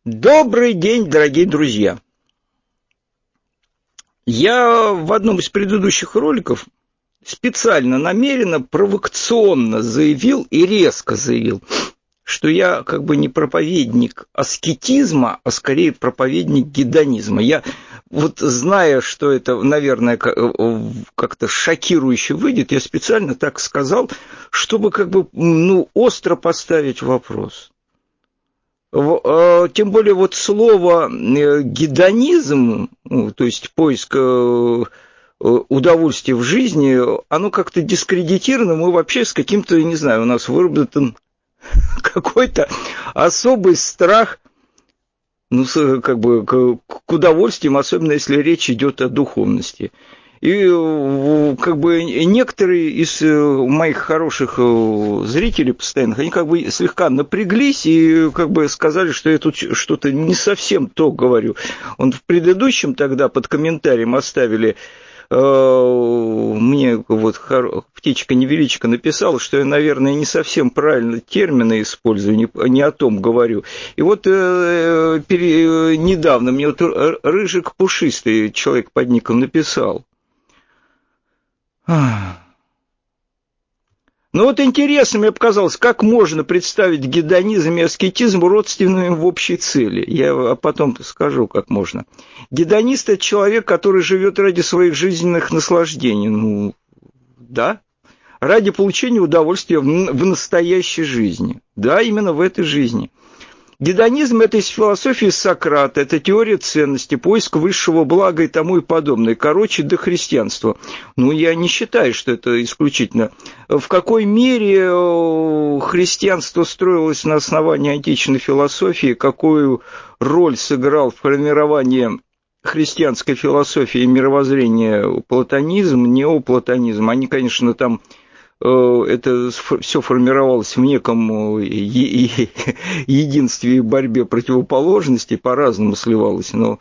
Добрый день, дорогие друзья! Я в одном из предыдущих роликов специально, намеренно, провокационно заявил и резко заявил, что я как бы не проповедник аскетизма, а скорее проповедник гедонизма. Я вот, зная, что это, наверное, как-то шокирующе выйдет, я специально так сказал, чтобы как бы, остро поставить вопрос. Тем более вот слово гедонизм, то есть поиск удовольствия в жизни, оно как-то дискредитировано, мы вообще с каким-то, не знаю, у нас выработан какой-то особый страх, как бы к удовольствиям, особенно если речь идет о духовности. И как бы некоторые из моих хороших зрителей постоянных, они как бы слегка напряглись и как бы сказали, что я тут что-то не совсем то говорю. Он в предыдущем тогда под комментарием оставили, мне вот птичка-невеличка написала, что я, наверное, не совсем правильно термины использую, не о том говорю. И вот недавно мне вот Рыжик Пушистый, человек под ником, написал. Ну вот интересно мне показалось, как можно представить гедонизм и аскетизм родственными в общей цели. Я потом скажу, как можно. Гедонист – это человек, который живет ради своих жизненных наслаждений. Да. Ради получения удовольствия в настоящей жизни. Да, именно в этой жизни. Гедонизм – это из философии Сократа, это теория ценности, поиск высшего блага и тому и подобное. Короче, до христианства. Я не считаю, что это исключительно. В какой мере христианство строилось на основании античной философии, какую роль сыграл в формировании христианской философии и мировоззрения платонизм, неоплатонизм. Они, конечно, там... это все формировалось в неком единстве и борьбе противоположностей, по-разному сливалось, но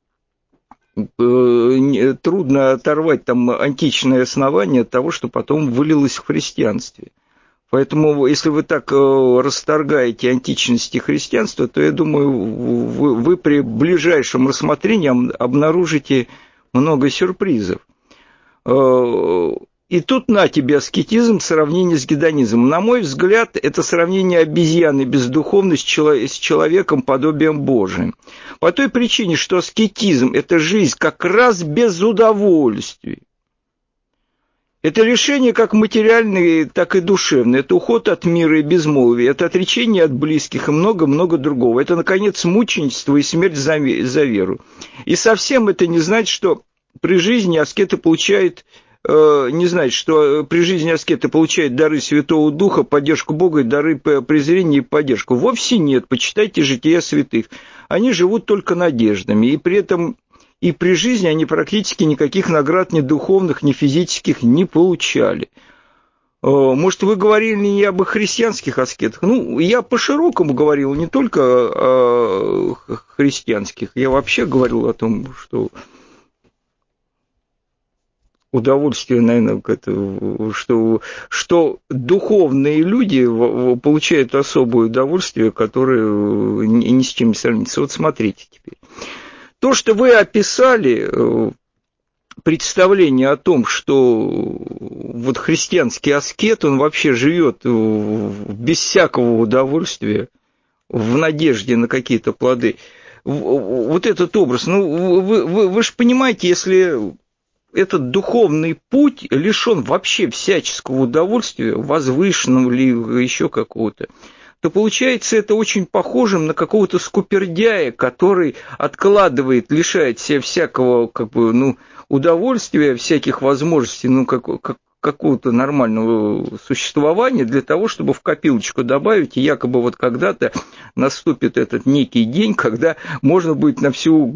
трудно оторвать там античное основание от того, что потом вылилось в христианстве. Поэтому, если вы так расторгаете античность и христианство, то, я думаю, вы при ближайшем рассмотрении обнаружите много сюрпризов. И тут на тебе аскетизм в сравнении с гедонизмом. На мой взгляд, это сравнение обезьяны бездуховной с человеком подобием Божиим. По той причине, что аскетизм – это жизнь как раз без удовольствий. Это лишение как материальное, так и душевное. Это уход от мира и безмолвия. Это отречение от близких и много-много другого. Это, наконец, мученичество и смерть за веру. И совсем это не значит, что при жизни аскеты получают... не знать, что при жизни аскеты получают дары Святого Духа, поддержку Бога и дары презрения и поддержку. Вовсе нет. Почитайте жития святых. Они живут только надеждами, и при этом и при жизни они практически никаких наград ни духовных, ни физических не получали. Может, вы говорили не об христианских аскетах? Я по-широкому говорил, не только о христианских. Я вообще говорил о том, что... удовольствие, наверное, что духовные люди получают особое удовольствие, которое ни с чем не сравнится. Вот смотрите теперь. То, что вы описали, представление о том, что вот христианский аскет, он вообще живет без всякого удовольствия, в надежде на какие-то плоды. Вот этот образ, вы же понимаете, если... этот духовный путь лишен вообще всяческого удовольствия, возвышенного ли еще какого-то, то получается это очень похожим на какого-то скупердяя, который откладывает, лишает себя всякого удовольствия, всяких возможностей, какого-то нормального существования для того, чтобы в копилочку добавить, и якобы вот когда-то наступит этот некий день, когда можно будет на всю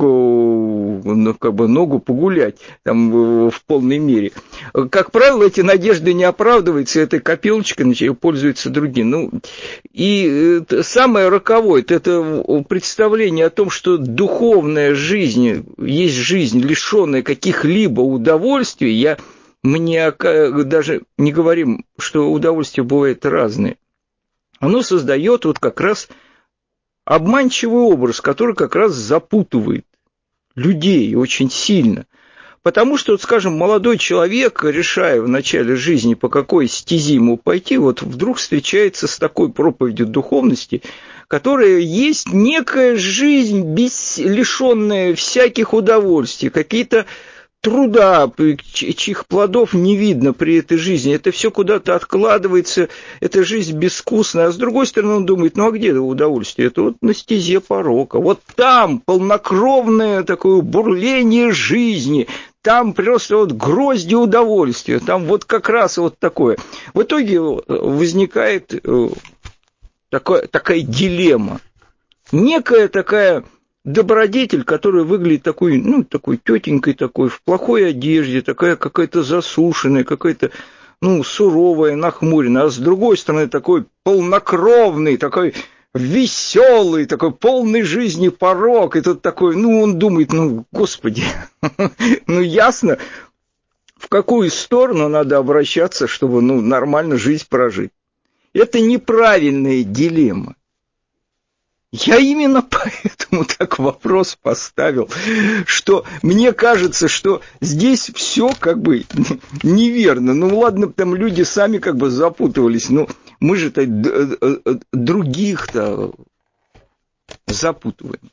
ногу погулять там, в полной мере. Как правило, эти надежды не оправдываются, этой копилочкой пользуются другие. И самое роковое – это представление о том, что духовная жизнь есть жизнь, лишенная каких-либо удовольствий. Мы даже не говорим, что удовольствия бывают разные. Оно создает вот как раз обманчивый образ, который как раз запутывает людей очень сильно. Потому что, вот, скажем, молодой человек, решая в начале жизни, по какой стези ему пойти, вот вдруг встречается с такой проповедью духовности, которая есть некая жизнь, лишенная всяких удовольствий, какие-то труда, чьих плодов не видно при этой жизни. Это все куда-то откладывается, эта жизнь безвкусная. А с другой стороны, он думает, ну а где удовольствие? Это вот на стезе порока. Вот там полнокровное такое бурление жизни, там просто вот грозди удовольствия, там вот как раз вот такое. В итоге возникает такая дилемма. Некая такая добродетель, которая выглядит такой, ну, такой тетенькой такой, в плохой одежде, такая какая-то засушенная, какая-то, ну, суровая, нахмуренная, а с другой стороны такой полнокровный, такой веселый, такой полный жизни порок, и тут такой, ну, он думает, ну, господи, ну, ясно, в какую сторону надо обращаться, чтобы, ну, нормально жизнь прожить. Это неправильная дилемма. Я именно поэтому так вопрос поставил, что мне кажется, что здесь все как бы неверно. Ну ладно, там люди сами как бы запутывались, но мы же-то других-то запутываем.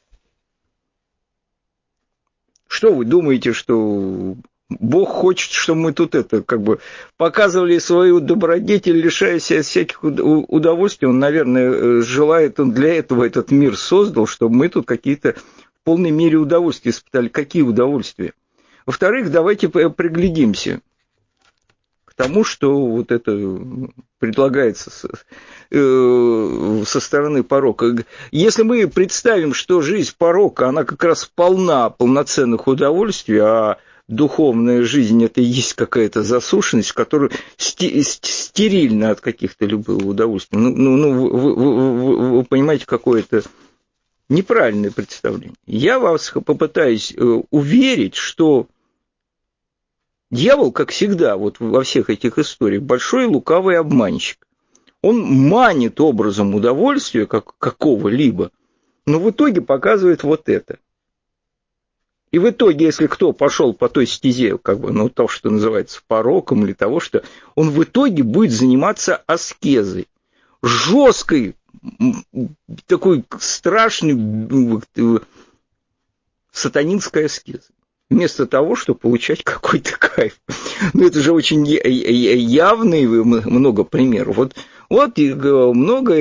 Что вы думаете, что Бог хочет, чтобы мы тут как бы показывали свою добродетель, лишая себя всяких удовольствий? Он, наверное, желает, он для этого этот мир создал, чтобы мы тут какие-то в полной мере удовольствия испытали. Какие удовольствия? Во-вторых, давайте приглядимся к тому, что вот это предлагается со стороны порока. Если мы представим, что жизнь порока, она как раз полна полноценных удовольствий, а духовная жизнь – это и есть какая-то засушенность, которая стерильна от каких-то любых удовольствий. Вы понимаете, какое-то неправильное представление. Я вас попытаюсь уверить, что дьявол, как всегда, вот во всех этих историях, большой лукавый обманщик. Он манит образом удовольствия какого-либо, но в итоге показывает вот это. И в итоге, если кто пошел по той стезе, как бы, ну, то, что называется пороком, или того, что он в итоге будет заниматься аскезой, жесткой, такой страшной сатанинской аскезой, вместо того, чтобы получать какой-то кайф. Ну, это же очень явный, много примеров. Вот много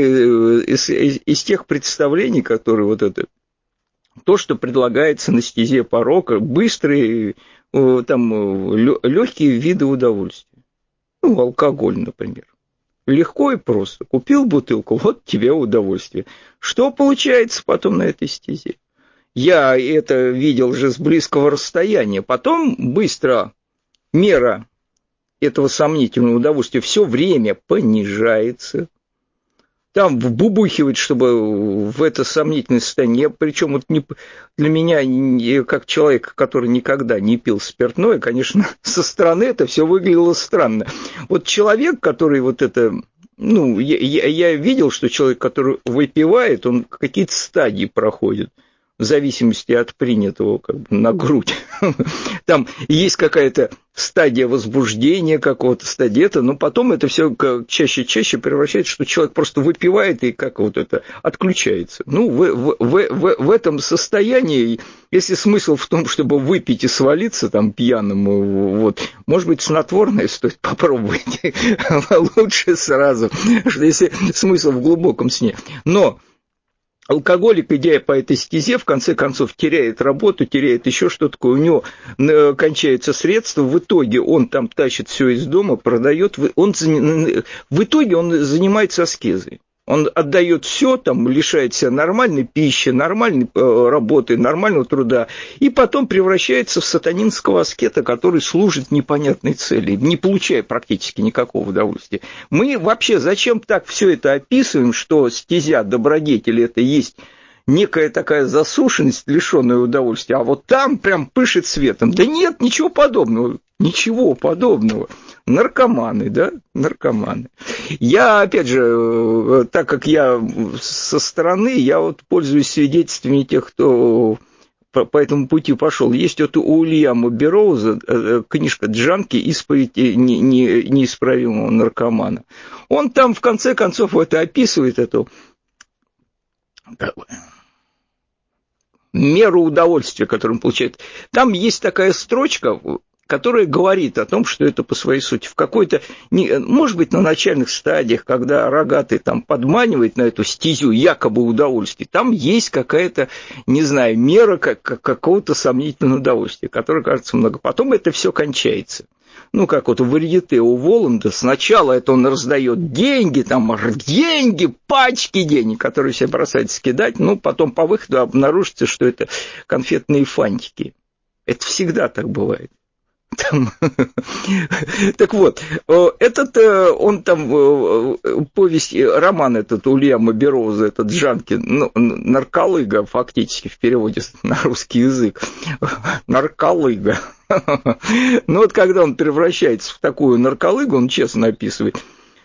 из тех представлений, которые вот это, то, что предлагается на стезе порока, быстрые, там, легкие виды удовольствия. Ну, алкоголь, например. Легко и просто. Купил бутылку, вот тебе удовольствие. Что получается потом на этой стезе? Я это видел же с близкого расстояния. Потом быстро мера этого сомнительного удовольствия все время понижается. Там вбубухивать, чтобы в это сомнительное состояние. Причем вот для меня, как человека, который никогда не пил спиртное, конечно, со стороны это все выглядело странно. Вот человек, который вот это... Ну, я видел, что человек, который выпивает, он какие-то стадии проходит. В зависимости от принятого как бы, на грудь. Там есть какая-то стадия возбуждения какого-то, стадия это, но потом это все чаще превращается, что человек просто выпивает и как вот это отключается. Ну, в этом состоянии, если смысл в том, чтобы выпить и свалиться там пьяным, вот, может быть, снотворное стоит попробовать, лучше сразу, что если смысл в глубоком сне. Но алкоголик, идя по этой стезе, в конце концов теряет работу, теряет еще что-то такое, у него кончаются средства, в итоге он там тащит все из дома, продает, в итоге он занимается аскезой. Он отдает все, там, лишает себя нормальной пищи, нормальной работы, нормального труда, и потом превращается в сатанинского аскета, который служит непонятной цели, не получая практически никакого удовольствия. Мы вообще зачем так все это описываем, что стезя добродетели это есть некая такая засушенность, лишенная удовольствия, а вот там прям пышет светом. Да нет, ничего подобного. Ничего подобного. Наркоманы, да, наркоманы. Я, опять же, так как я со стороны, я вот пользуюсь свидетельствами тех, кто по этому пути пошел. Есть вот у Уильяма Берроуза книжка «Джанки. Исповедь неисправимого наркомана». Он там, в конце концов, это описывает, эту меру удовольствия, которую он получает. Там есть такая строчка, которая говорит о том, что это по своей сути в какой-то, может быть, на начальных стадиях, когда рогатый там подманивает на эту стезю якобы удовольствие, там есть какая-то, не знаю, мера какого-то сомнительного удовольствия, которое кажется много. Потом это все кончается. Ну, как вот в «Варьете» у Воланда, сначала это он раздает деньги, там деньги, пачки денег, которые все бросается кидать, ну, потом по выходу обнаружится, что это конфетные фантики. Это всегда так бывает. Там... Так вот, этот, он там, повесть, роман этот Уильяма Берроуза, этот Джанки, ну, нарколыга фактически в переводе на русский язык, нарколыга. Ну вот когда он превращается в такую нарколыгу, он честно описывает,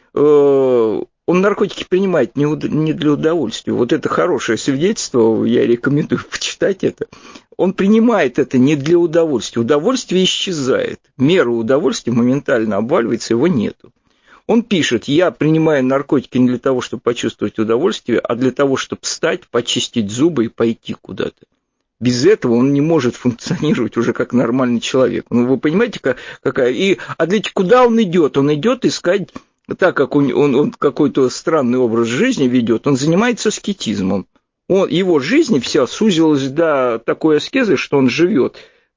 он наркотики принимает не для удовольствия. Вот это хорошее свидетельство, я рекомендую почитать это. Он принимает это не для удовольствия. Удовольствие исчезает. Мера удовольствия моментально обваливается, его нету. Он пишет: я принимаю наркотики не для того, чтобы почувствовать удовольствие, а для того, чтобы встать, почистить зубы и пойти куда-то. Без этого он не может функционировать уже как нормальный человек. Ну, вы понимаете, какая... Куда он идет? Он идет искать... Так как он какой-то странный образ жизни ведет, он занимается аскетизмом. Его жизнь вся сузилась до такой аскезы, что он живет.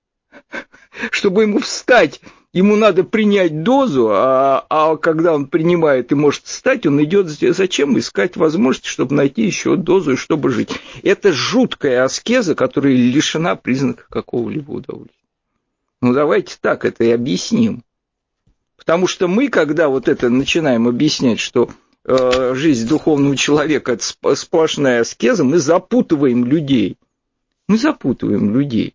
Чтобы ему встать, ему надо принять дозу, а когда он принимает и может встать, он идет зачем? Искать возможности, чтобы найти еще дозу и чтобы жить. Это жуткая аскеза, которая лишена признаков какого-либо удовольствия. Ну, давайте так это и объясним. Потому что мы, когда вот это начинаем объяснять, что жизнь духовного человека – это сплошная аскеза, мы запутываем людей. Мы запутываем людей.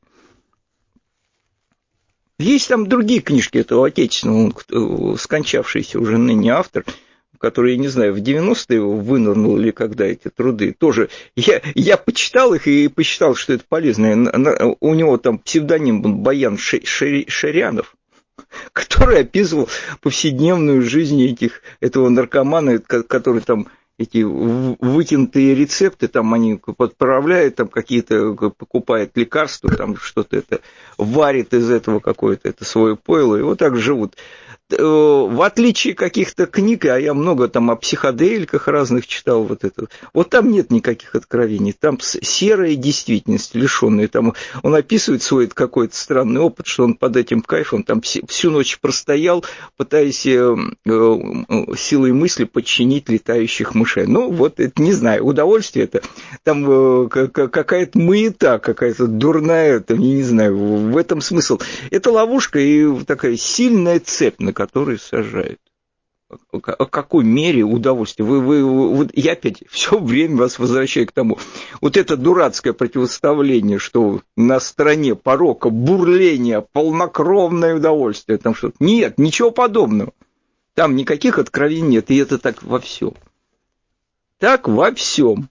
Есть там другие книжки этого отечественного, скончавшийся уже ныне автор, который, я не знаю, в 90-е вынырнул или когда эти труды, тоже. Я почитал их и посчитал, что это полезно. У него там псевдоним был Баян Ширянов, который описывал повседневную жизнь этого наркомана, который там эти вытянутые рецепты, там они подправляют, там какие-то покупают лекарства, там что-то это варит из этого какое-то это свое пойло, и вот так живут. В отличие каких-то книг, а я много там о психоделиках разных читал, вот там нет никаких откровений, там серая действительность, лишённая. Там он описывает свой какой-то странный опыт, что он под этим кайфом там всю ночь простоял, пытаясь силой мысли подчинить летающих мышей. Ну, вот это, не знаю, удовольствие это, там какая-то маята, какая-то дурная, там, я не знаю, в этом смысл. Это ловушка и такая сильная цепь, на которые сажают. О какой мере удовольствия? Я опять все время вас возвращаю к тому. Вот это дурацкое противоставление, что на стороне порока бурление, полнокровное удовольствие, там что-то. Нет, ничего подобного. Там никаких откровений нет, и это так во всем. Так во всем.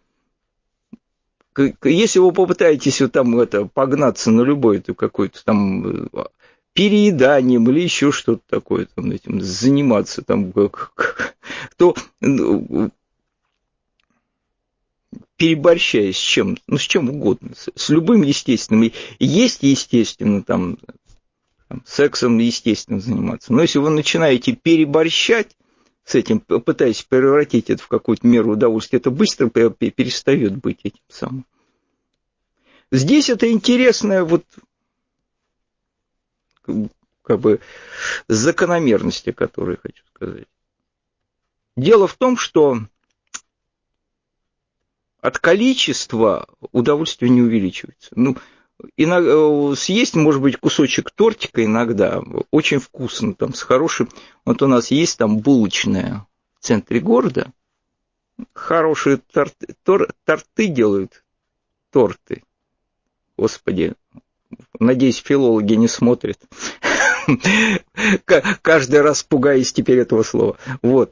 Если вы попытаетесь вот там погнаться на любой какой-то там перееданием или еще что-то такое, там, этим заниматься, там, то переборщая с чем, с чем угодно, с любым естественным. И есть естественно, там, сексом естественно заниматься. Но если вы начинаете переборщать с этим, пытаясь превратить это в какую-то меру удовольствия, это быстро перестает быть этим самым. Здесь это интересная закономерности, которые хочу сказать. Дело в том, что от количества удовольствие не увеличивается. Съесть, может быть, кусочек тортика иногда очень вкусно, там, с хорошим. Вот у нас есть там булочная в центре города, хорошие торты делают, торты. Господи, надеюсь, филологи не смотрят. Каждый раз пугаюсь теперь этого слова. Вот.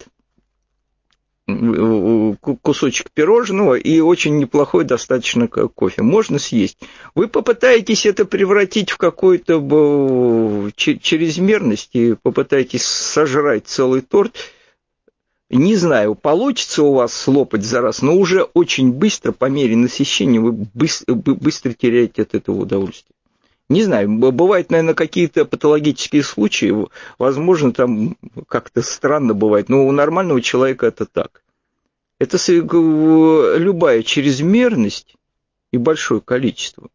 Кусочек пирожного и очень неплохой достаточно кофе. Можно съесть. Вы попытаетесь это превратить в какую-то чрезмерность и попытаетесь сожрать целый торт. Не знаю, получится у вас слопать за раз, но уже очень быстро, по мере насыщения, вы быстро теряете от этого удовольствие. Не знаю, бывают, наверное, какие-то патологические случаи, возможно, там как-то странно бывает, но у нормального человека это так. Это любая чрезмерность и большое количество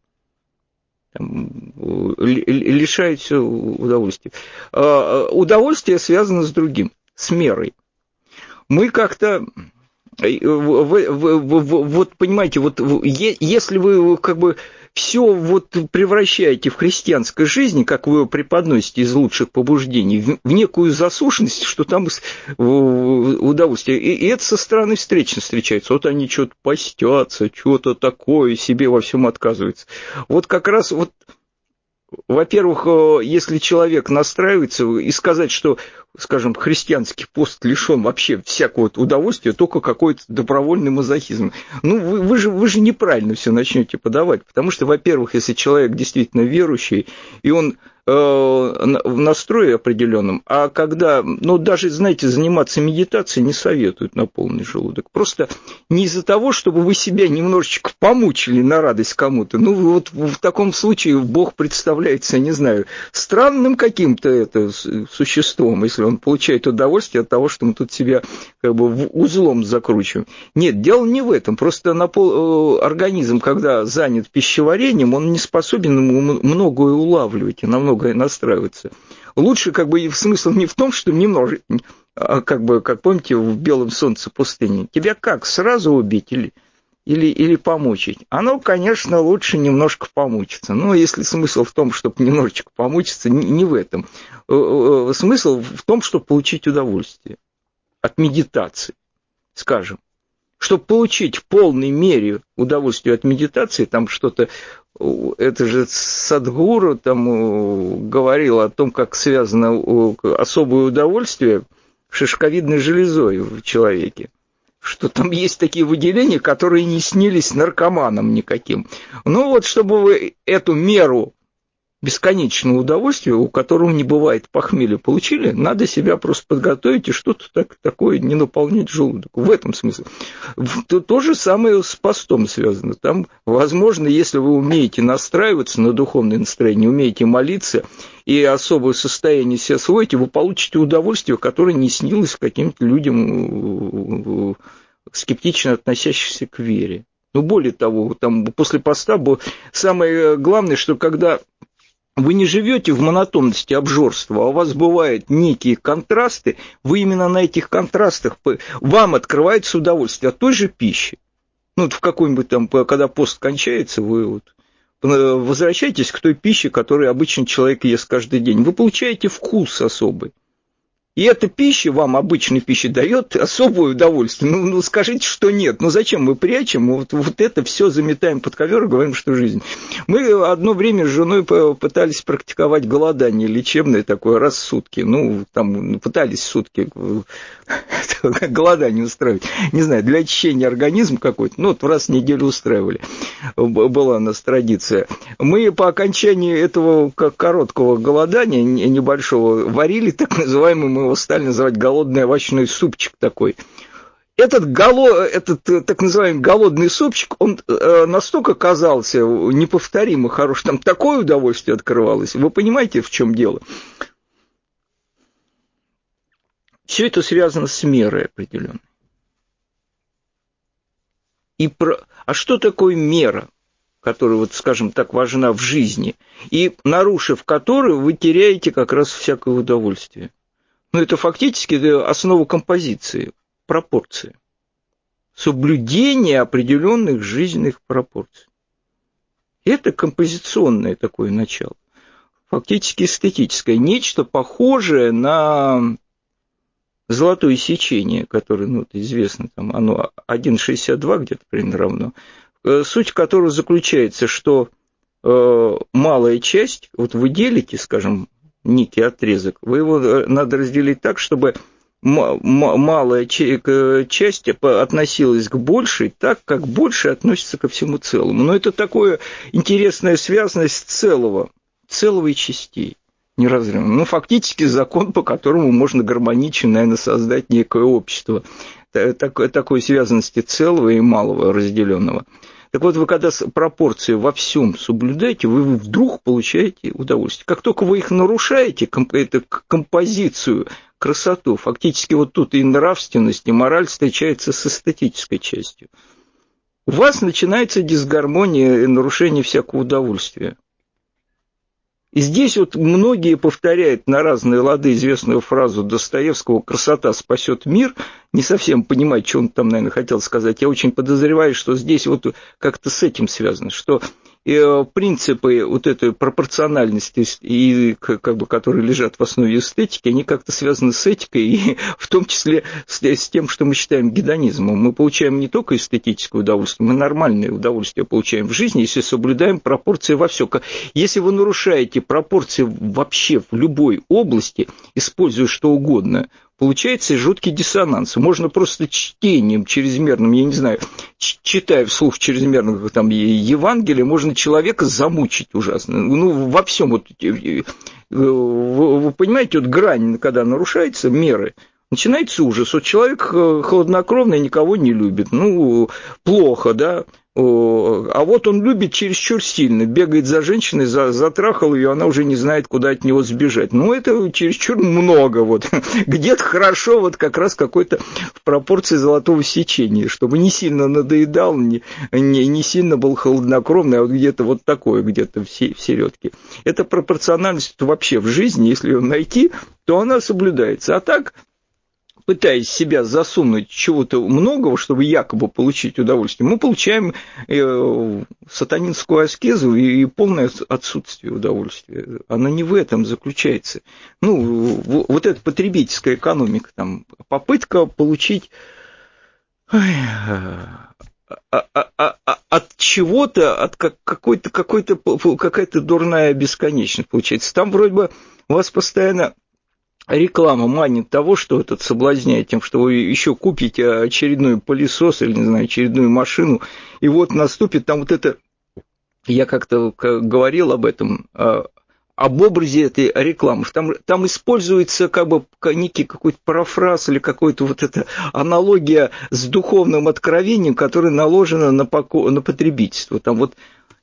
лишает все удовольствия. Удовольствие связано с другим, с мерой. Мы как-то... Вот понимаете, вот если вы как бы все вот превращаете в христианской жизни, как вы его преподносите из лучших побуждений, в некую засушенность, что там удовольствие. И это со стороны встречно встречается. Вот они что-то постятся, что-то такое, себе во всем отказываются. Вот как раз вот... Во-первых, если человек настраивается, и сказать, что, скажем, христианский пост лишен вообще всякого удовольствия, только какой-то добровольный мазохизм. Ну, вы же неправильно все начнете подавать, потому что, во-первых, если человек действительно верующий, и он в настрое определенном, а когда, ну, даже, знаете, заниматься медитацией не советуют на полный желудок. Просто не из-за того, чтобы вы себя немножечко помучили на радость кому-то. Ну, вот в таком случае Бог представляется, не знаю, странным каким-то это существом, если он получает удовольствие от того, что мы тут себя как бы узлом закручиваем. Нет, дело не в этом. Просто организм, когда занят пищеварением, он не способен многое улавливать и на многое настраиваться. Лучше, как бы, смысл не в том, что немножко, как бы, как помните, в «Белом солнце пустыни». Тебя как, сразу убить или помучить? Оно, конечно, лучше немножко помучиться. Но если смысл в том, чтобы немножечко помучиться, не в этом. Смысл в том, чтобы получить удовольствие от медитации, скажем. Чтобы получить в полной мере удовольствие от медитации, там что-то, это же Садхгуру там говорил о том, как связано особое удовольствие шишковидной железой в человеке. Что там есть такие выделения, которые не снились наркоманам никаким. Ну вот, чтобы вы эту меру бесконечного удовольствия, у которого не бывает похмелья, получили, надо себя просто подготовить и что-то такое не наполнять желудок. В этом смысле. То же самое с постом связано. Там, возможно, если вы умеете настраиваться на духовное настроение, умеете молиться и особое состояние себя освоите, вы получите удовольствие, которое не снилось каким-то людям, скептично относящимся к вере. Но более того, там после поста самое главное, что когда вы не живете в монотонности обжорства, а у вас бывают некие контрасты, вы именно на этих контрастах, вам открывается удовольствие от той же пищи. Ну, вот в какой-нибудь там, когда пост кончается, вы вот возвращаетесь к той пище, которую обычно человек ест каждый день. Вы получаете вкус особый. И эта пища вам, обычная пища, дает особое удовольствие. Ну, скажите, что нет. Ну, зачем мы прячем? Вот это все заметаем под ковер и говорим, что жизнь. Мы одно время с женой пытались практиковать голодание лечебное такое раз в сутки. Ну, там пытались сутки голодание устраивать. Не знаю, для очищения организма какой-то. Ну, вот раз в неделю устраивали. Была у нас традиция. Мы по окончании этого короткого голодания, небольшого, варили так называемый, мы его стали называть голодный овощной супчик такой. Этот так называемый голодный супчик, он настолько казался неповторимо хорош, там такое удовольствие открывалось. Вы понимаете, в чем дело? Все это связано с мерой определенной. А что такое мера, которая, вот, скажем так, важна в жизни, и нарушив которую, вы теряете как раз всякое удовольствие? Ну, это фактически основа композиции, пропорции. Соблюдение определенных жизненных пропорций. Это композиционное такое начало. Фактически эстетическое. Нечто похожее на золотое сечение, которое, ну, известно, там, оно 1,62 где-то примерно равно. Суть которого заключается, что малая часть, вот вы делите, скажем, некий отрезок, вы его надо разделить так, чтобы малая часть относилась к большей, так как большая относится ко всему целому. Но это такое интересная связанность целого и частей неразрывно. Ну, фактически закон, по которому можно гармонично, наверное, создать некое общество такой связанности целого и малого разделенного. Так вот, вы когда пропорции во всем соблюдаете, вы вдруг получаете удовольствие. Как только вы их нарушаете, эту композицию, красоту, фактически вот тут и нравственность, и мораль встречается с эстетической частью. У вас начинается дисгармония и нарушение всякого удовольствия. И здесь вот многие повторяют на разные лады известную фразу Достоевского «красота спасет мир», не совсем понимаю, что он там, наверное, хотел сказать. Я очень подозреваю, что здесь вот как-то с этим связано, что принципы вот этой пропорциональности, и, как бы, которые лежат в основе эстетики, они как-то связаны с этикой, и в том числе с тем, что мы считаем гедонизмом. Мы получаем не только эстетическое удовольствие, мы нормальное удовольствие получаем в жизни, если соблюдаем пропорции во всем. Если вы нарушаете пропорции вообще в любой области, используя что угодно, получается жуткий диссонанс. Можно просто чтением чрезмерным, я не знаю, читая вслух чрезмерно там Евангелие, можно человека замучить ужасно. Ну, во всем вот, вы понимаете, вот грань, когда нарушается, меры, начинается ужас. Вот человек хладнокровный, никого не любит. Ну, плохо, да. А вот он любит чересчур сильно, бегает за женщиной, затрахал ее, она уже не знает, куда от него сбежать. Ну, это чересчур много. Вот. Где-то хорошо, вот как раз какой-то в пропорции золотого сечения, чтобы не сильно надоедал, не сильно был хладнокровный, а вот где-то вот такое, где-то в середке. Это пропорциональность вообще в жизни, если ее найти, то она соблюдается. А так, пытаясь себя засунуть чего-то многого, чтобы якобы получить удовольствие, мы получаем сатанинскую аскезу и полное отсутствие удовольствия. Она не в этом заключается. Ну, вот эта потребительская экономика, там, попытка получить от чего-то, от какая-то дурная бесконечность получается. Там вроде бы у вас постоянно реклама манит того, что этот соблазняет тем, что вы еще купите очередной пылесос или, не знаю, очередную машину, и вот наступит там вот это, я как-то говорил об этом, об образе этой рекламы. Там используется как бы некий какой-то парафраз или какая-то вот эта аналогия с духовным откровением, которое наложено на потребительство. Там вот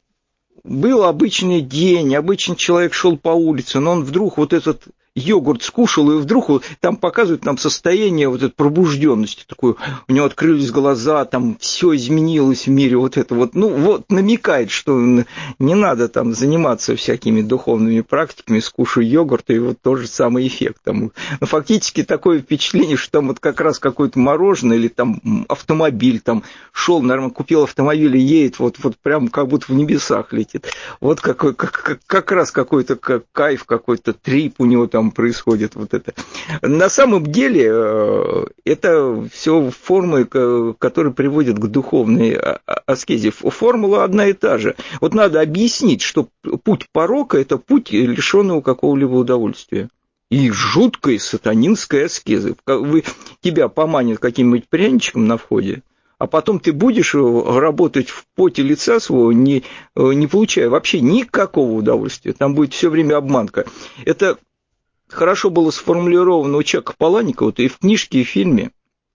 был обычный день, обычный человек шел по улице, но он вдруг вот этот йогурт скушал, и вдруг там показывают нам состояние вот этой пробужденности, такое, у него открылись глаза, там все изменилось в мире, вот это вот, ну вот намекает, что не надо там заниматься всякими духовными практиками, скушай йогурт, и вот тот же самый эффект. Там, но фактически такое впечатление, что там вот как раз какое-то мороженое или там автомобиль, там шел, наверное, купил автомобиль и едет, вот прям как будто в небесах летит. Вот как раз какой-то кайф, какой-то трип у него там происходит вот это. На самом деле это все формы, которые приводят к духовной аскезе. Формула одна и та же. Вот надо объяснить, что путь порока – это путь лишенного какого-либо удовольствия. И жуткой сатанинской аскезы. Тебя поманят каким-нибудь пряничком на входе, а потом ты будешь работать в поте лица своего, не получая вообще никакого удовольствия. Там будет все время обманка. Это хорошо было сформулировано у Чака Паланикова, и в книжке, и в фильме,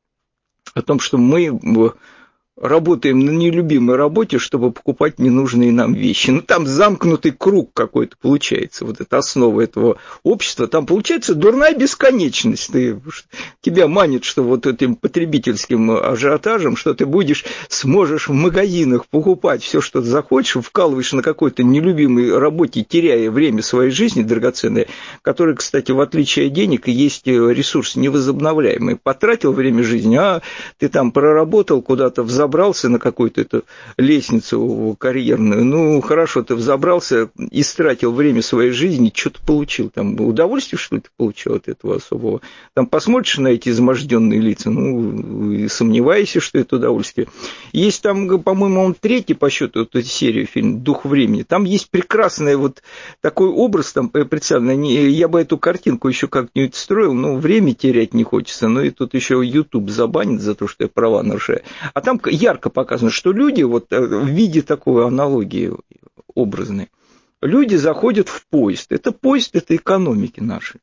о том, что мы работаем на нелюбимой работе, чтобы покупать ненужные нам вещи. Ну, там замкнутый круг какой-то получается, вот эта основа этого общества. Там получается дурная бесконечность. Тебя манит, что вот этим потребительским ажиотажем, что ты сможешь в магазинах покупать все, что ты захочешь, вкалываешь на какой-то нелюбимой работе, теряя время своей жизни драгоценное, которое, кстати, в отличие от денег, есть ресурс невозобновляемый. Потратил время жизни, а ты там проработал куда-то в взобрался на какую-то эту лестницу карьерную, ну, хорошо, ты взобрался, истратил время своей жизни, что-то получил, там, удовольствие, что ли, ты получил от этого особого? Там посмотришь на эти изможденные лица, ну, и сомневаешься, что это удовольствие. Есть там, по-моему, он третий по счету вот этой серии фильм «Дух времени», там есть прекрасный вот такой образ, там представлен, я бы эту картинку еще как-нибудь строил, но время терять не хочется, но и тут еще YouTube забанит за то, что я права нарушаю. А там ярко показано, что люди, вот в виде такой аналогии образной, люди заходят в поезд. Это поезд, это экономики нашей.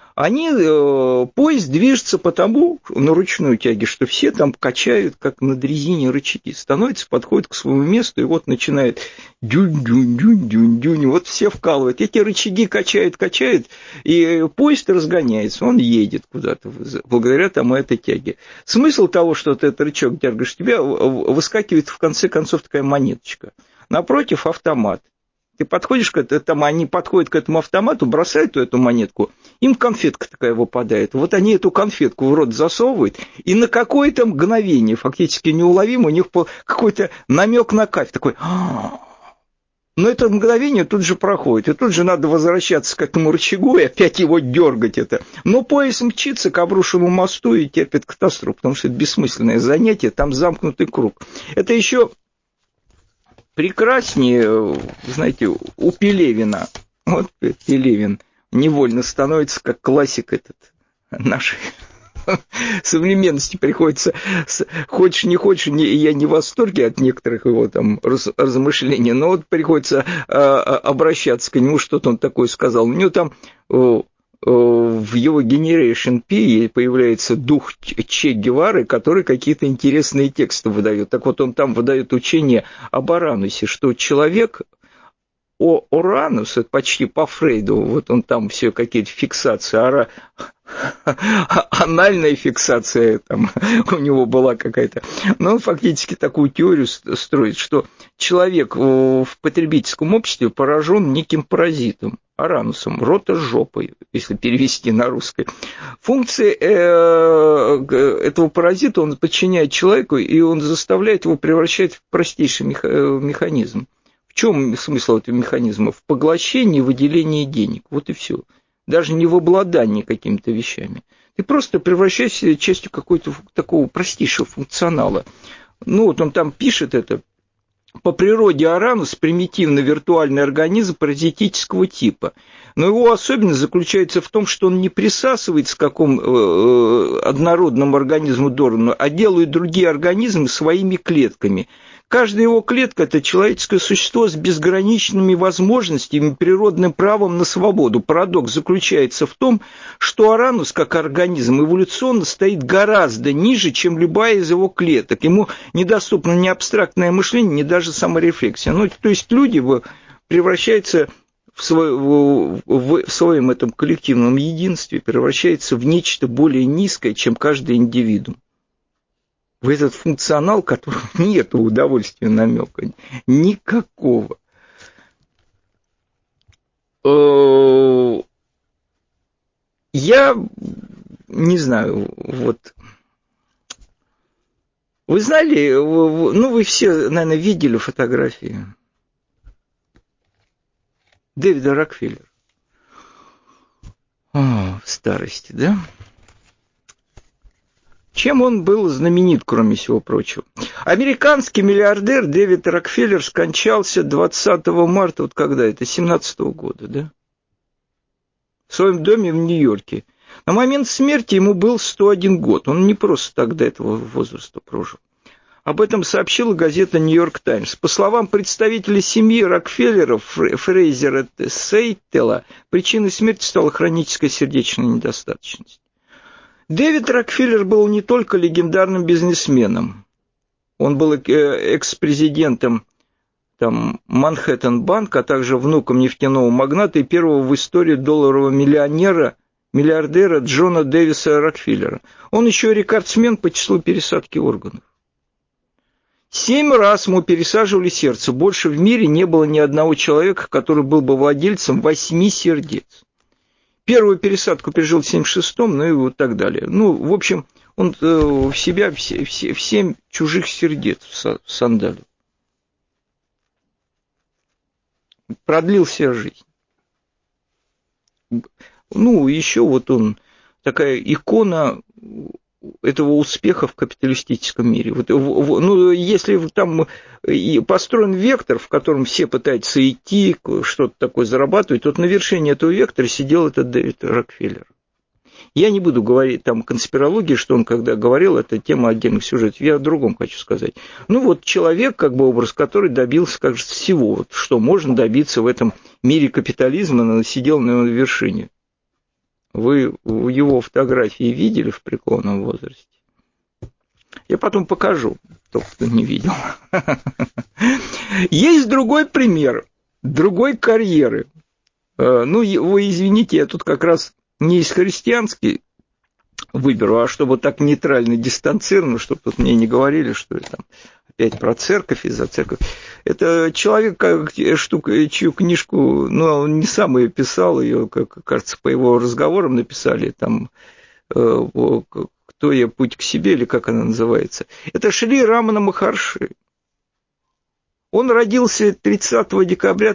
Поезд движется потому, на ручной тяге, что все там качают, как на дрезине рычаги. Становится, подходит к своему месту, и вот начинает дюнь-дюнь-дюнь-дюнь-дюнь. Вот все вкалывают. Эти рычаги качают, и поезд разгоняется, он едет куда-то, благодаря тому этой тяге. Смысл того, что ты этот рычаг дергаешь, у тебя выскакивает в конце концов такая монеточка. Напротив автомат. Ты подходишь к этому, они подходят к этому автомату, бросают эту монетку, им конфетка такая выпадает. Вот они эту конфетку в рот засовывают, и на какое-то мгновение, фактически неуловимо, у них какой-то намек на кайф такой. Но это мгновение тут же проходит, и тут же надо возвращаться к этому рычагу и опять его дергать это. Но поезд мчится к обрушенному мосту и терпит катастрофу, потому что это бессмысленное занятие, там замкнутый круг. Это еще прекраснее, знаете, у Пелевина. Вот Пелевин невольно становится как классик этот нашей современности. Приходится, хочешь не хочешь, я не в восторге от некоторых его там размышлений, но вот приходится обращаться к нему, что-то он такое сказал. У него там в его Generation P появляется дух Че Гевары, который какие-то интересные тексты выдает. Так вот, он там выдает учение об Оранусе, что человек, Оранус, это почти по Фрейду, вот он там все какие-то фиксации, анальная фиксация там у него была какая-то. Но он фактически такую теорию строит, что человек в потребительском обществе поражен неким паразитом, Оранусом, рота с жопой, если перевести на русский. Функции этого паразита он подчиняет человеку, и он заставляет его превращать в простейший механизм. В чем смысл этого механизма? В поглощении и выделении денег. Вот и все. Даже не в обладании какими-то вещами. Ты просто превращаешься частью какого-то такого простейшего функционала. Ну, вот он там пишет это. По природе Оранус – примитивно-виртуальный организм паразитического типа. Но его особенность заключается в том, что он не присасывается к какому однородному организму Дорну, а делает другие организмы своими клетками. Каждая его клетка – это человеческое существо с безграничными возможностями и природным правом на свободу. Парадокс заключается в том, что Оранус, как организм, эволюционно стоит гораздо ниже, чем любая из его клеток. Ему недоступно ни абстрактное мышление, ни даже саморефлексия. Ну, то есть люди превращаются в своем этом коллективном единстве, превращаются в нечто более низкое, чем каждый индивидуум. В этот функционал, которого нет удовольствия намека. Никакого. Я не знаю, вот. Вы знали, ну, вы все, наверное, видели фотографии Дэвида Рокфеллера. В старости, да? Чем он был знаменит, кроме всего прочего? Американский миллиардер Дэвид Рокфеллер скончался 20 марта, вот когда это, 17 года, да? В своем доме в Нью-Йорке. На момент смерти ему был 101 год. Он не просто так до этого возраста прожил. Об этом сообщила газета «Нью-Йорк Таймс». По словам представителей семьи Рокфеллеров Фрейзера Сейтела, причиной смерти стала хроническая сердечная недостаточность. Дэвид Рокфеллер был не только легендарным бизнесменом, он был экс-президентом Манхэттен-банк, а также внуком нефтяного магната и первого в истории долларового миллиардера Джона Дэвиса Рокфеллера. Он еще рекордсмен по числу пересадки органов. 7 раз ему пересаживали сердце. Больше в мире не было ни одного человека, который был бы владельцем 8 сердец. Первую пересадку пережил в 76-м, ну и вот так далее. Ну, в общем, он в себя в 7 чужих сердец сандалил. Продлил себе жизнь. Ну, еще вот он такая икона этого успеха в капиталистическом мире. Вот, ну, если там построен вектор, в котором все пытаются идти, что-то такое зарабатывать, вот на вершине этого вектора сидел этот Дэвид Рокфеллер. Я не буду говорить там конспирологии, что он когда говорил, это тема отдельных сюжетов. Я о другом хочу сказать. Ну вот человек, как бы образ, который добился, кажется, всего, вот, что можно добиться в этом мире капитализма, сидел на вершине. Вы его фотографии видели в преклонном возрасте? Я потом покажу, тот, кто не видел. Есть другой пример, другой карьеры. Ну, вы извините, я тут как раз не из христианской выберу, а чтобы так нейтрально, дистанцированно, чтобы тут мне не говорили, что я там опять про церковь и за церковь. Это человек, чью книжку, ну, он не сам ее писал, ее, как кажется, по его разговорам написали, там, «Кто я? Путь к себе», или как она называется. Это Шри Рамана Махарши. Он родился 30 декабря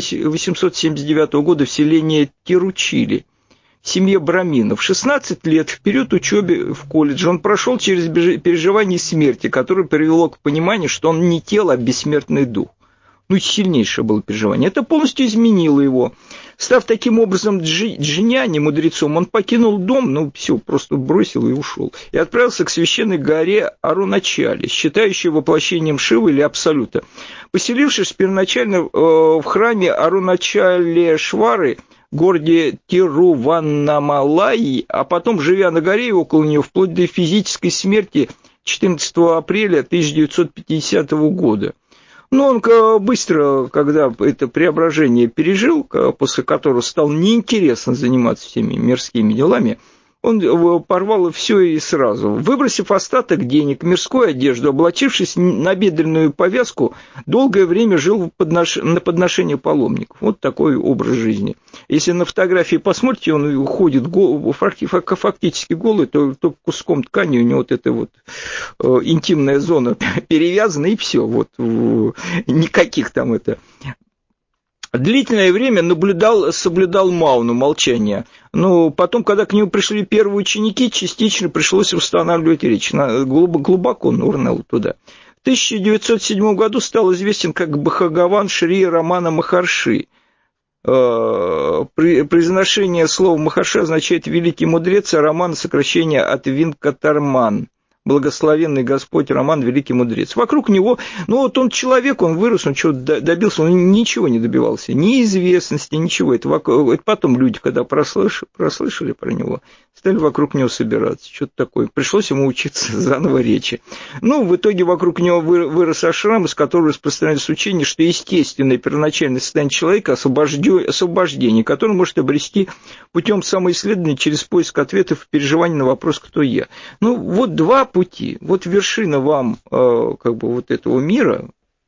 1879 года в селении Тиручили, в семье браминов. 16 лет в период учебы в колледже он прошел через переживание смерти, которое привело к пониманию, что он не тело, а бессмертный дух. Ну, сильнейшее было переживание. Это полностью изменило его. Став таким образом джняни, мудрецом, он покинул дом, ну, все, просто бросил и ушел. И отправился к священной горе Аруначали, считающей воплощением Шивы или Абсолюта. Поселившись первоначально в храме Аруначалешвары, городе Тируваннамалаи, а потом, живя на горе и около нее, вплоть до физической смерти 14 апреля 1950 года. Но он быстро, когда это преображение пережил, после которого стало неинтересно заниматься всеми мирскими делами, он порвал все и сразу. Выбросив остаток денег, мирскую одежду, облачившись на бедренную повязку, долгое время жил на подношение паломников. Вот такой образ жизни. Если на фотографии посмотрите, он ходит фактически голый, то куском ткани у него вот эта вот интимная зона перевязана, и все. Вот, никаких там это... Длительное время соблюдал мауну, молчание. Но потом, когда к нему пришли первые ученики, частично пришлось восстанавливать речь. Глубоко нырнул туда. В 1907 году стал известен как Бхагаван Шри Рамана Махарши. Произношение слова Махарши означает «великий мудрец», а Раман – сокращение от Винкатарман. Благословенный Господь Роман, великий мудрец. Вокруг него, ну вот он человек, он вырос, он чего-то добился, он ничего не добивался, ни известности, ничего. Это потом люди, когда прослышали про него, стали вокруг него собираться, что-то такое. Пришлось ему учиться заново речи. Ну, в итоге вокруг него вырос ашрам, из которого распространялось учение, что естественное первоначальное состояние человека – освобождение, которое может обрести путем самоисследования через поиск ответов и переживания на вопрос «Кто я?». Ну, вот два пути. Вот вершина вам как бы вот этого мира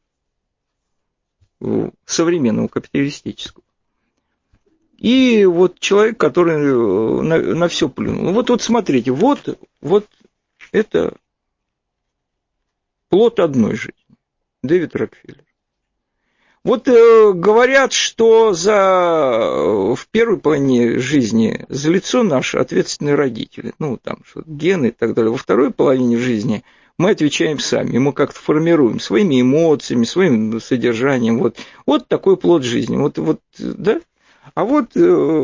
современного капиталистического. И вот человек, который на все плюнул. Вот смотрите, вот это плод одной жизни. Дэвид Рокфеллер. Вот говорят, что в первой половине жизни за лицо наше ответственные родители, ну, там, гены и так далее. Во второй половине жизни мы отвечаем сами, мы как-то формируем своими эмоциями, своим содержанием. Вот такой плод жизни. Вот, да? А вот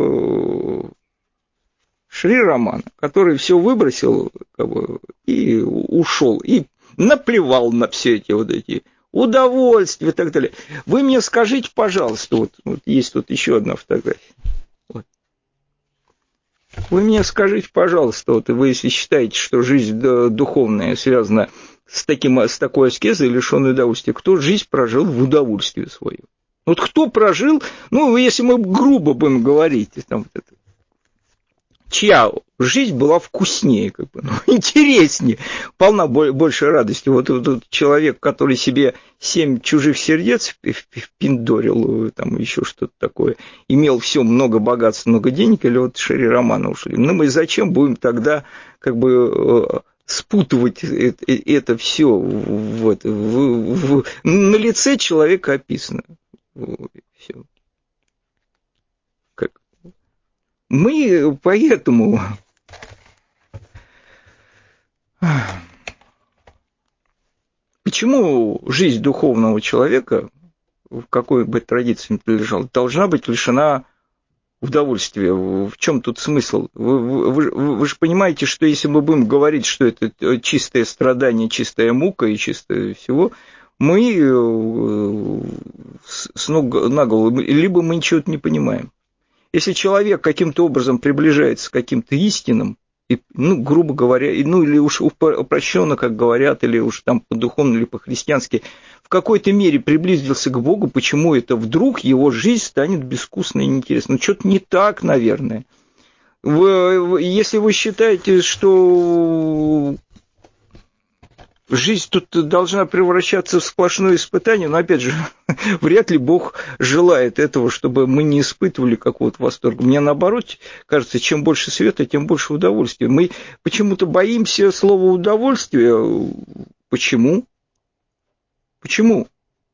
Шри Рамана, который все выбросил как бы, и ушел, и наплевал на все эти вот эти удовольствие и так далее. Вы мне скажите, пожалуйста, вот есть тут еще одна фотография. Вот. Вы мне скажите, пожалуйста, вот вы если считаете, что жизнь духовная связана с такой аскезой, лишенной удовольствия, кто жизнь прожил в удовольствии свое? Вот кто прожил, ну, если мы грубо будем говорить, там вот это, чья жизнь была вкуснее, как бы, интереснее, полна больше радости. Вот этот человек, который себе 7 чужих сердец впиндорил, там еще что-то такое, имел все, много богатств, много денег, или вот Шерри Романа ушли. Ну, мы зачем будем тогда как бы спутывать это все на лице человека описано. Все. Мы поэтому почему жизнь духовного человека, в какой бы традиции ни принадлежал, должна быть лишена удовольствия? В чем тут смысл? Вы же понимаете, что если мы будем говорить, что это чистое страдание, чистая мука и чистое всего, мы с ног на голову, либо мы ничего не понимаем. Если человек каким-то образом приближается к каким-то истинам, ну, грубо говоря, ну, или уж упрощенно, как говорят, или уж там по-духовно, или по-христиански, в какой-то мере приблизился к Богу, почему это вдруг его жизнь станет безвкусной и неинтересной? Ну, что-то не так, наверное. Если вы считаете, что жизнь тут должна превращаться в сплошное испытание, но, опять же, вряд ли Бог желает этого, чтобы мы не испытывали какого-то восторга. Мне, наоборот, кажется, чем больше света, тем больше удовольствия. Мы почему-то боимся слова «удовольствие». Почему? Почему?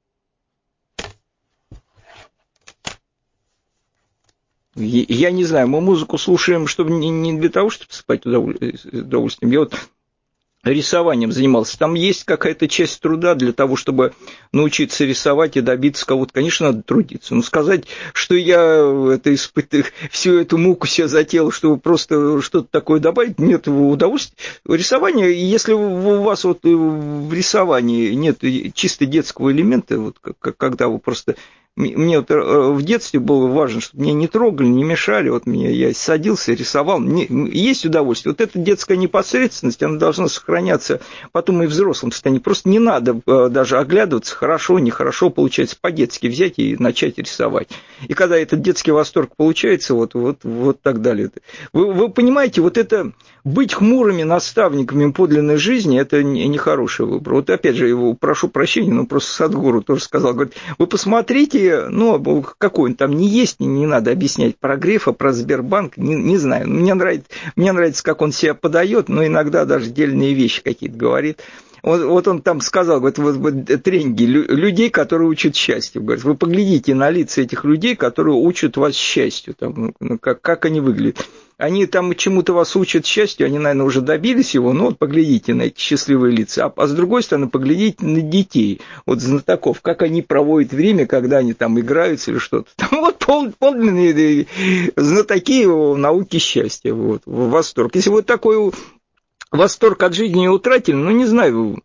Я не знаю, мы музыку слушаем, чтобы не для того, чтобы спать удовольствием. Я вот рисованием занимался. Там есть какая-то часть труда для того, чтобы научиться рисовать и добиться кого-то. Конечно, надо трудиться. Но сказать, что я это испытываю, всю эту муку себе затеял, чтобы просто что-то такое добавить, нет удовольствия. Рисование, если у вас вот в рисовании нет чисто детского элемента, вот когда вы просто... Мне вот в детстве было важно, чтобы меня не трогали, не мешали, вот я садился, рисовал, есть удовольствие. Вот эта детская непосредственность, она должна сохраняться потом и в взрослом состоянии. Просто не надо даже оглядываться, хорошо, нехорошо получается, по-детски взять и начать рисовать. И когда этот детский восторг получается, вот так далее. Вы понимаете, вот это быть хмурыми наставниками подлинной жизни, это нехороший выбор. Вот опять же, его прошу прощения, но просто Садхгуру тоже сказал, говорит, вы посмотрите, ну, какой он там не есть, не надо объяснять про Грефа, про Сбербанк, не знаю. Мне нравится, как он себя подает, но иногда даже дельные вещи какие-то говорит. Вот он там сказал, говорит, вот тренинги людей, которые учат счастью. Говорит, вы поглядите на лица этих людей, которые учат вас счастью, там, как они выглядят. Они там чему-то вас учат счастью, они, наверное, уже добились его, но вот поглядите на эти счастливые лица. А с другой стороны, поглядите на детей, вот знатоков, как они проводят время, когда они там играются или что-то. Там вот подлинные знатоки науки счастья, вот, восторг. Если вот такой восторг от жизни не утратили, ну, не знаю,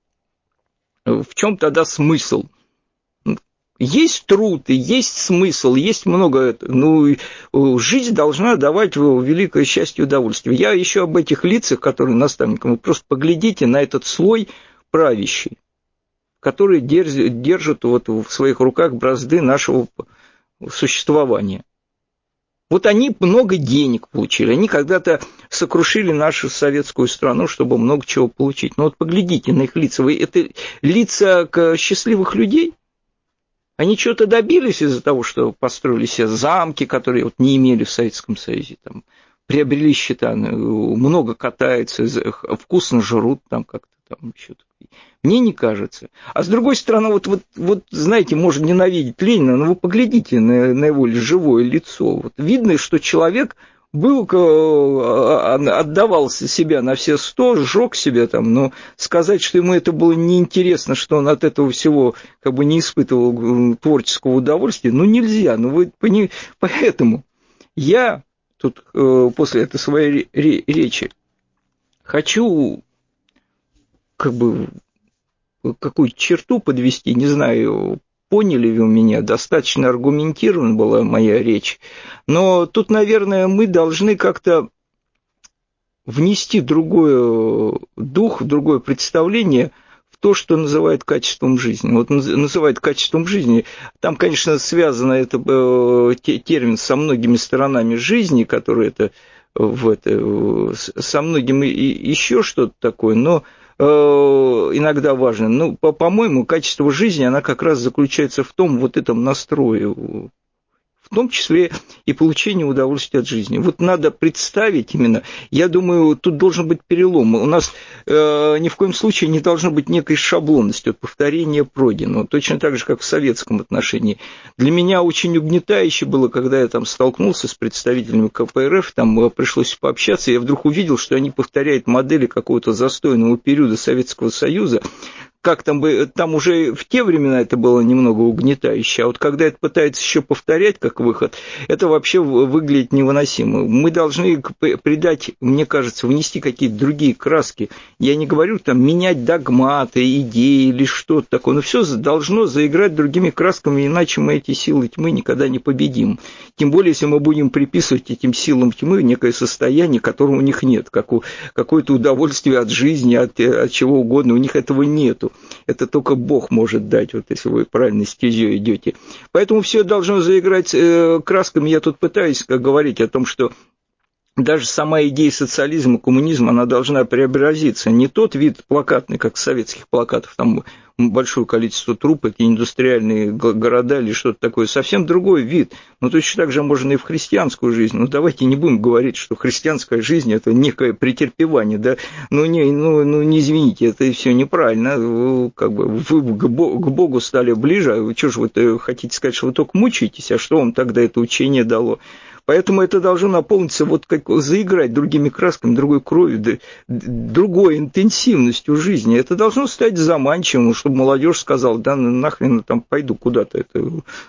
в чем тогда смысл? Есть труд, есть смысл, есть много. Ну, жизнь должна давать великое счастье и удовольствие. Я еще об этих лицах, которые наставникам, вы просто поглядите на этот слой правящий, который держит вот в своих руках бразды нашего существования. Вот они много денег получили, они когда-то сокрушили нашу советскую страну, чтобы много чего получить. Но вот поглядите на их лица. Это лица счастливых людей? Они что-то добились из-за того, что построили себе замки, которые вот не имели в Советском Союзе, там, приобрели счета, много катаются, вкусно жрут, там как-то там еще. Мне не кажется. А с другой стороны, вот знаете, можно ненавидеть Ленина, но вы поглядите на его живое лицо. Вот видно, что человек отдавал себя на все 100, сжег себя там, но сказать, что ему это было неинтересно, что он от этого всего как бы не испытывал творческого удовольствия, ну нельзя. Поэтому я тут после этой своей речи хочу как бы какую-то черту подвести, не знаю, поняли вы меня, достаточно аргументирована была моя речь, но тут, наверное, мы должны как-то внести другой дух, другое представление в то, что называют качеством жизни. Вот называют качеством жизни, там, конечно, связано это термин со многими сторонами жизни, которые это со многим еще что-то такое, но иногда важно. Ну, по-моему, качество жизни, она как раз заключается в том, вот этом настрое, в том числе и получение удовольствия от жизни. Вот надо представить именно, я думаю, тут должен быть перелом. У нас ни в коем случае не должно быть некой шаблонности, от повторения пройденного, точно так же, как в советском отношении. Для меня очень угнетающе было, когда я там столкнулся с представителями КПРФ, там пришлось пообщаться, и я вдруг увидел, что они повторяют модели какого-то застойного периода Советского Союза, как там уже в те времена это было немного угнетающе, а вот когда это пытается еще повторять как выход, это вообще выглядит невыносимо. Мы должны придать, мне кажется, внести какие-то другие краски. Я не говорю там менять догматы, идеи или что-то такое, но все должно заиграть другими красками, иначе мы эти силы тьмы никогда не победим. Тем более, если мы будем приписывать этим силам тьмы некое состояние, которого у них нет, какое-то удовольствие от жизни, от чего угодно, у них этого нету. Это только Бог может дать, вот если вы правильной стезей идете. Поэтому все должно заиграть красками. Я тут пытаюсь говорить о том, что даже сама идея социализма, коммунизма, она должна преобразиться. Не тот вид плакатный, как советских плакатов, там большое количество труб, это индустриальные города или что-то такое, совсем другой вид. Но точно так же можно и в христианскую жизнь. Ну, давайте не будем говорить, что христианская жизнь – это некое претерпевание, да, ну, не извините, это все неправильно, как бы вы к Богу стали ближе, а вы что же вы хотите сказать, что вы только мучаетесь, а что вам тогда это учение дало? Поэтому это должно наполниться, вот как заиграть другими красками, другой кровью, другой интенсивностью жизни. Это должно стать заманчивым, чтобы молодежь сказала, да нахрен там пойду куда-то, это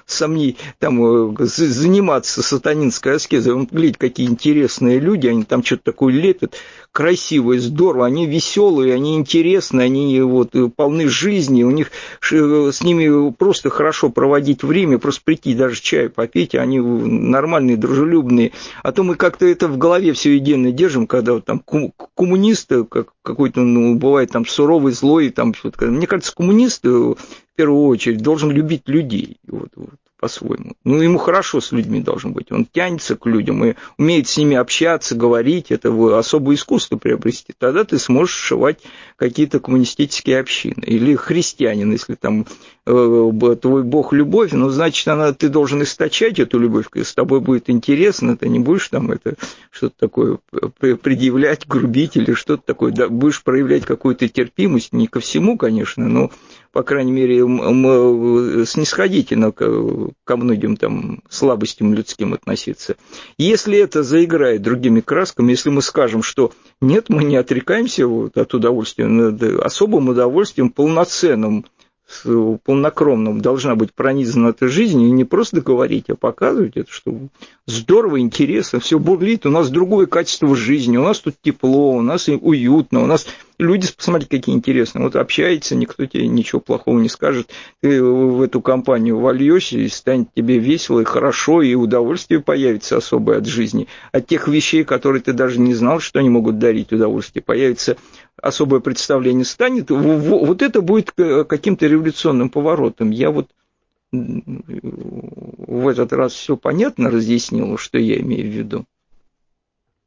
там заниматься сатанинской аскезой. Вон, глядь, какие интересные люди, они там что-то такое лепят, красивое, здорово, они веселые, они интересные, они вот полны жизни, у них с ними просто хорошо проводить время, просто прийти даже чай попить, они нормальные, дружелюбные. А то мы как-то это в голове все едино держим, когда вот там коммунисты какой-то, ну, бывает там суровый, злой, там, мне кажется, коммунист в первую очередь должен любить людей, вот по-своему. Ну, ему хорошо с людьми должно быть. Он тянется к людям и умеет с ними общаться, говорить. Это особое искусство приобрести. Тогда ты сможешь сшивать какие-то коммунистические общины. Или христианин, если там твой Бог любовь, ну, значит, ты должен источать эту любовь, с тобой будет интересно, ты не будешь там что-то такое предъявлять, грубить или что-то такое. Да, будешь проявлять какую-то терпимость, не ко всему, конечно, но по крайней мере, снисходительно ко многим там слабостям людским относиться. Если это заиграет другими красками, если мы скажем, что нет, мы не отрекаемся от удовольствия, особым удовольствием, полноценным, полнокровным должна быть пронизана эта жизнь, и не просто говорить, а показывать это, что здорово, интересно, все бурлит, у нас другое качество жизни, у нас тут тепло, у нас уютно, у нас люди, посмотрите, какие интересные, вот общается, никто тебе ничего плохого не скажет, ты в эту компанию вольешься, и станет тебе весело и хорошо, и удовольствие появится особое от жизни, от тех вещей, которые ты даже не знал, что они могут дарить удовольствие, появится особое представление, станет, вот это будет каким-то революционным поворотом. Я вот в этот раз все понятно разъяснил, что я имею в виду.